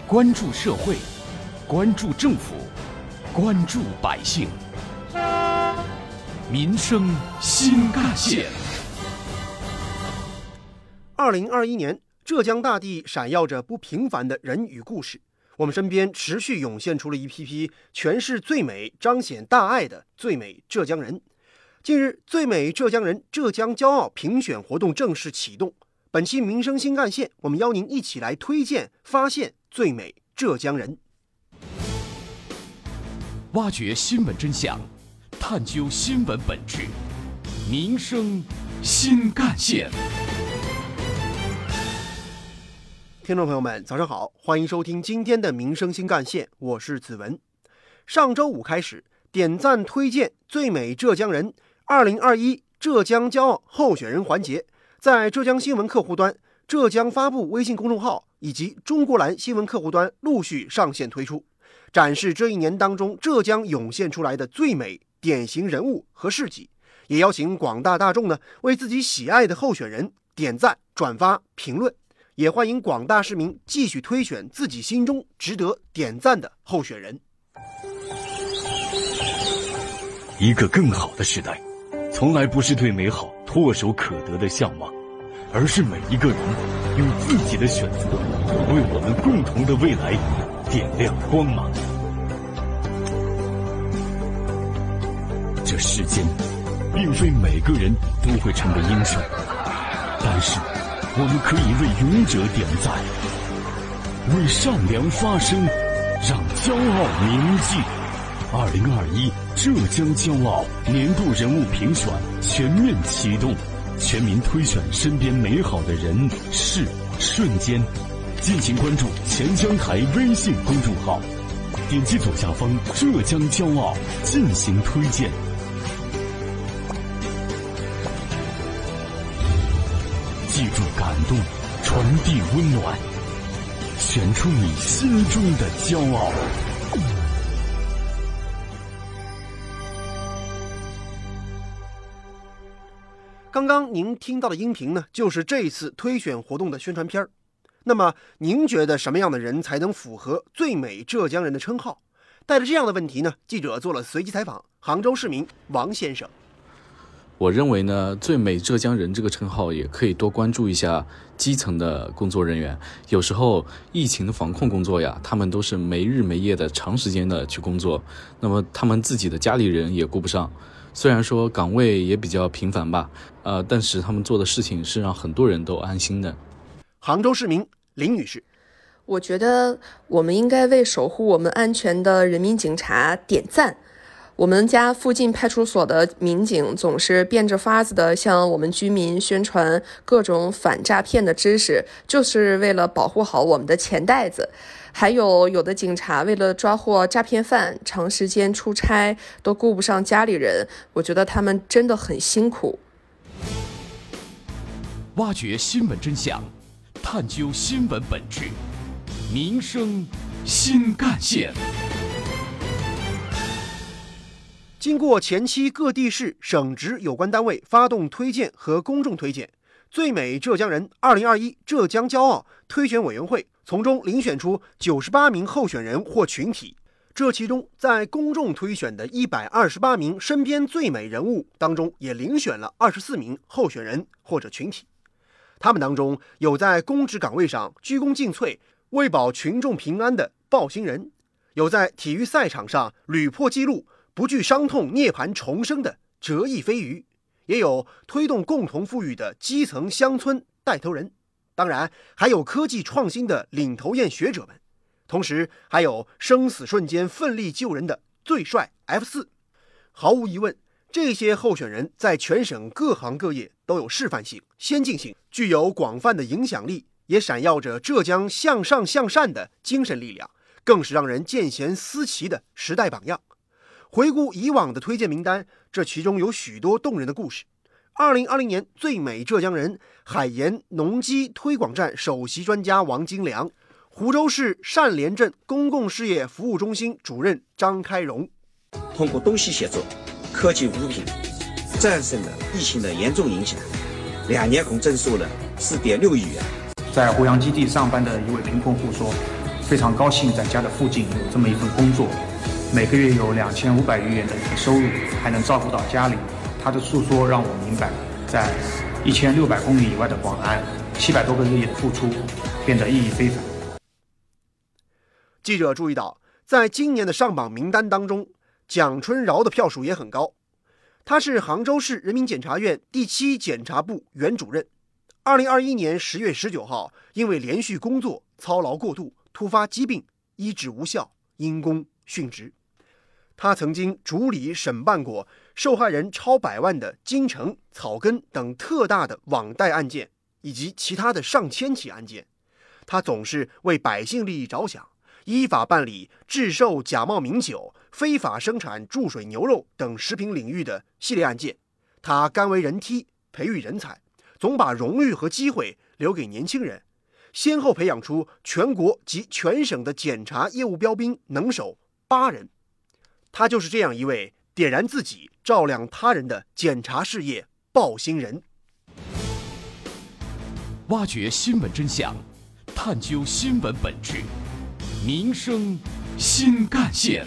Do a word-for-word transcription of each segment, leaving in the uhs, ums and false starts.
关注社会，关注政府，关注百姓，民生新干线。 二零二一年，浙江大地闪耀着不平凡的人与故事。我们身边持续涌现出了一批批诠释最美、彰显大爱的最美浙江人。近日，最美浙江人浙江骄傲评选活动正式启动。本期民生新干线，我们邀您一起来推荐、发现最美浙江人， 挖掘新闻真相，探究新闻本质，民生新干线。 听众朋友们，早上好，欢迎收听今天的民生新干线，我是子文。上周五开始，点赞推荐最美浙江人二零二一浙江骄傲候选人环节，在浙江新闻客户端、浙江发布微信公众号以及中国蓝新闻客户端陆续上线推出，展示这一年当中浙江涌现出来的最美典型人物和事迹，也邀请广大大众呢为自己喜爱的候选人点赞、转发、评论，也欢迎广大市民继续推选自己心中值得点赞的候选人。 一个更好的时代，从来不是对美好唾手可得的向往，而是每一个人用自己的选择，为我们共同的未来点亮光芒。这世间，并非每个人都会成为英雄，但是我们可以为勇者点赞，为善良发声，让骄傲铭记。二零二一浙江骄傲年度人物评选全面启动，全民推选身边美好的人事瞬间。敬请关注钱江台微信公众号，点击左下方浙江骄傲进行推荐。记住感动，传递温暖，选出你心中的骄傲。 刚刚您听到的音频呢，就是这一次推选活动的宣传片。那么您觉得什么样的人才能符合最美浙江人的称号？带着这样的问题呢，记者做了随机采访杭州市民王先生。 我认为呢，最美浙江人这个称号也可以多关注一下基层的工作人员。有时候疫情的防控工作呀，他们都是没日没夜的长时间的去工作，那么他们自己的家里人也顾不上。虽然说岗位也比较频繁吧，呃，但是他们做的事情是让很多人都安心的。 杭州市民林女士， 我觉得我们应该为守护我们安全的人民警察点赞。我们家附近派出所的民警总是变着法子的向我们居民宣传各种反诈骗的知识，就是为了保护好我们的钱袋子。还有有的警察为了抓获诈骗犯，长时间出差都顾不上家里人，我觉得他们真的很辛苦。 挖掘新闻真相，探究新闻本质，民生新干线。 经过前期各地市省直有关单位发动推荐和公众推荐，最美浙江人二零二一浙江骄傲推选委员会从中遴选出九十八名候选人或群体。这其中，在公众推选的一百二十八名身边最美人物当中，也遴选了二十四名候选人或者群体。他们当中有在公职岗位上鞠躬尽瘁，为保群众平安的抱薪人，有在体育赛场上屡破纪录，不惧伤痛涅槃重生的折翼飞鱼，也有推动共同富裕的基层乡村带头人，当然还有科技创新的领头雁学者们，同时还有生死瞬间奋力救人的最帅 F 四。 毫无疑问，这些候选人在全省各行各业都有示范性、先进性，具有广泛的影响力，也闪耀着浙江向上向善的精神力量，更是让人见贤思齐的时代榜样。回顾以往的推荐名单，这其中有许多动人的故事。二零二零年最美浙江人，海盐农机推广站首席专家王金良，湖州市善联镇公共事业服务中心主任张开荣。 通过东西协作，科技扶贫，战胜了疫情的严重影响，两年共增收了四点六亿元。 在湖阳基地上班的一位贫困户说， 非常高兴在家的附近有这么一份工作，每个月有两千五百余元的一个收入，还能照顾到家里。他的诉说让我明白，在一千六百公里以外的广安，七百多个日夜的付出变得意义非凡。 记者注意到，在今年的上榜名单当中，蒋春饶的票数也很高。他是杭州市人民检察院第七检察部原主任。二零二一年十月十九号，因为连续工作操劳过度，突发疾病，医治无效，因公殉职。他曾经主理审办过受害人超百万的金城、草根等特大的网贷案件，以及其他的上千起案件。他总是为百姓利益着想，依法办理制售假冒名酒、非法生产注水牛肉等食品领域的系列案件。他甘为人梯，培育人才，总把荣誉和机会留给年轻人，先后培养出全国及全省的检察业务标兵能手八人。他就是这样一位点燃自己、照亮他人的检察事业抱薪人。 挖掘新闻真相，探究新闻本质，民生新干线。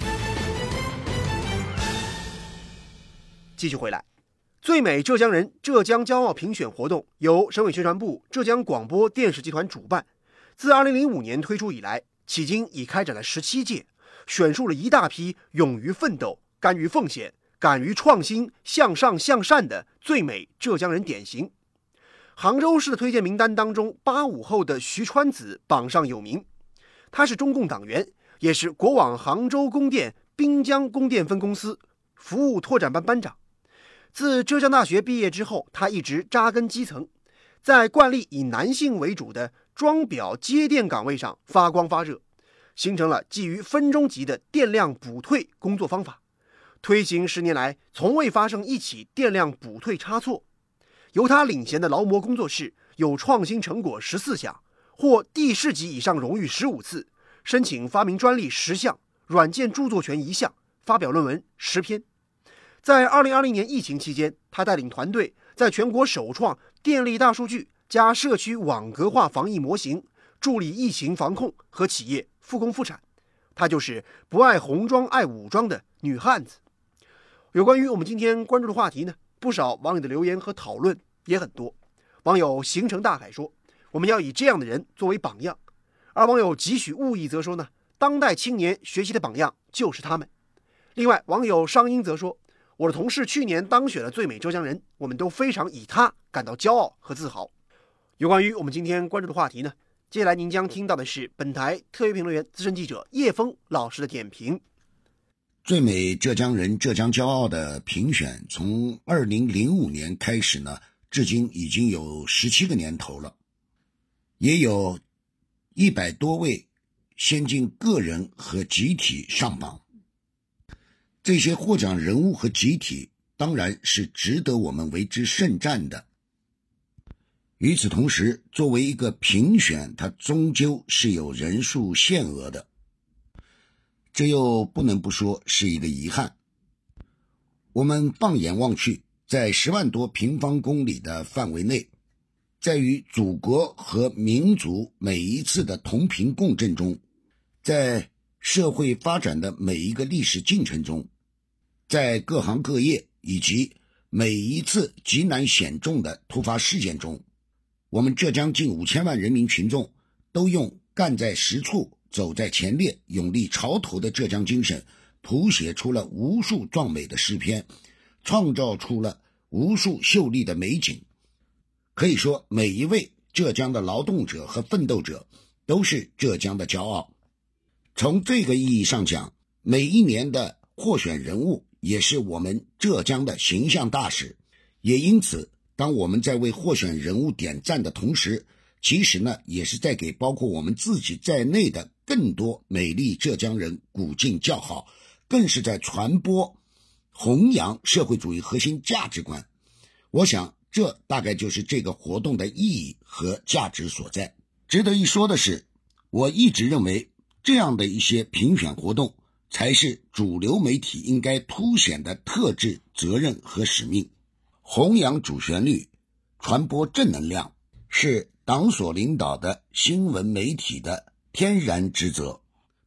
继续回来，最美浙江人、浙江骄傲评选活动由省委宣传部、浙江广播电视集团主办，自二零零五年推出以来，迄今已开展了十七届，选出了一大批勇于奋斗、甘于奉献、敢于创新、向上向善的最美浙江人典型。杭州市的推荐名单当中，八五后的徐川子榜上有名。他是中共党员，也是国网杭州供电滨江供电分公司服务拓展班班长。自浙江大学毕业之后，他一直扎根基层，在惯例以男性为主的装裱接电岗位上发光发热，形成了基于分钟级的电量补退工作方法。推行十年来，从未发生一起电量补退差错。由他领衔的劳模工作室有创新成果十四项，获地市级以上荣誉十五次，申请发明专利十项，软件著作权一项，发表论文十篇。在二零二零年疫情期间，他带领团队在全国首创电力大数据加社区网格化防疫模型，助力疫情防控和企业复工复产。他就是不爱红装爱武装的女汉子。有关于我们今天关注的话题呢，不少网友的留言和讨论也很多。网友行程大海说，我们要以这样的人作为榜样。而网友几许误意则说呢，当代青年学习的榜样就是他们。另外，网友商英则说，我的同事去年当选了最美浙江人，我们都非常以他感到骄傲和自豪。有关于我们今天关注的话题呢，接下来您将听到的是本台特约评论员、资深记者叶峰老师的点评。 最美浙江人、浙江骄傲的评选从二零零五年开始呢，至今已经有十七个年头了，也有一百多位先进个人和集体上榜。这些获奖人物和集体当然是值得我们为之盛赞的。与此同时，作为一个评选，它终究是有人数限额的，这又不能不说是一个遗憾。我们放眼望去，在十万多平方公里的范围内，在与祖国和民族每一次的同频共振中，在社会发展的每一个历史进程中，在各行各业以及每一次极难险重的突发事件中，我们浙江近五千万人民群众都用干在实处、走在前列、勇立潮头的浙江精神，谱写出了无数壮美的诗篇，创造出了无数秀丽的美景。可以说，每一位浙江的劳动者和奋斗者都是浙江的骄傲。从这个意义上讲，每一年的获选人物也是我们浙江的形象大使。也因此，当我们在为获选人物点赞的同时，其实呢，也是在给包括我们自己在内的更多美丽浙江人鼓劲叫好，更是在传播、弘扬社会主义核心价值观。我想，这大概就是这个活动的意义和价值所在。值得一说的是，我一直认为这样的一些评选活动才是主流媒体应该凸显的特质、责任和使命。弘扬主旋律，传播正能量，是党所领导的新闻媒体的天然职责。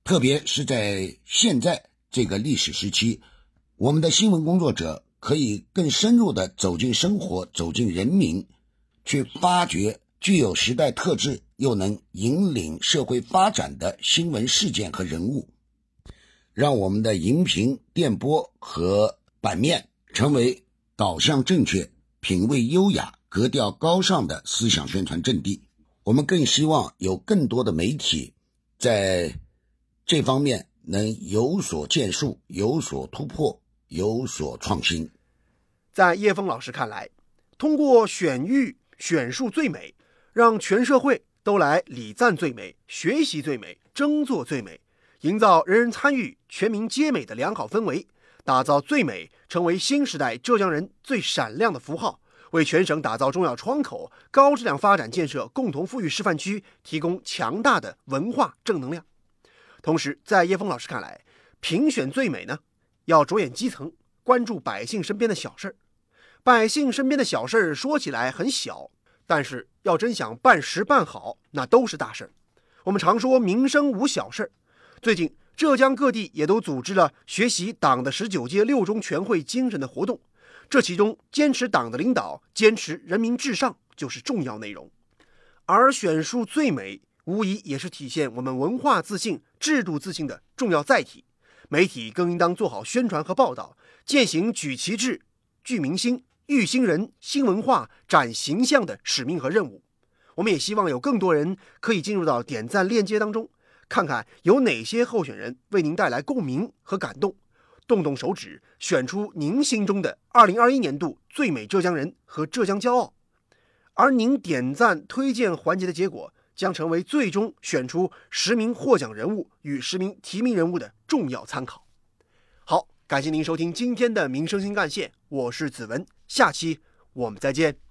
特别是在现在这个历史时期，我们的新闻工作者可以更深入地走进生活，走进人民，去发掘具有时代特质又能引领社会发展的新闻事件和人物，让我们的荧屏、电波和版面成为导向正确、品味优雅、格调高尚的思想宣传阵地。我们更希望有更多的媒体在这方面能有所建树、有所突破、有所创新。 在叶峰老师看来，通过选育、选树最美，让全社会都来礼赞最美、学习最美、争做最美，营造人人参与、全民皆美的良好氛围，打造最美成为新时代浙江人最闪亮的符号，为全省打造重要窗口、高质量发展建设共同富裕示范区提供强大的文化正能量。同时，在叶峰老师看来，评选最美呢，要着眼基层，关注百姓身边的小事儿。百姓身边的小事儿说起来很小，但是要真想办实办好，那都是大事儿。我们常说民生无小事儿。最近，浙江各地也都组织了学习党的十九届六中全会精神的活动，这其中坚持党的领导，坚持人民至上就是重要内容。而选树最美，无疑也是体现我们文化自信、制度自信的重要载体。媒体更应当做好宣传和报道，践行举旗帜、聚民心、育新人、新文化、展形象的使命和任务。我们也希望有更多人可以进入到点赞链接当中，看看有哪些候选人为您带来共鸣和感动，动动手指选出您心中的二零二一年度最美浙江人和浙江骄傲。而您点赞推荐环节的结果，将成为最终选出十名获奖人物与十名提名人物的重要参考。好，感谢您收听今天的民生新干线，我是子文，下期我们再见。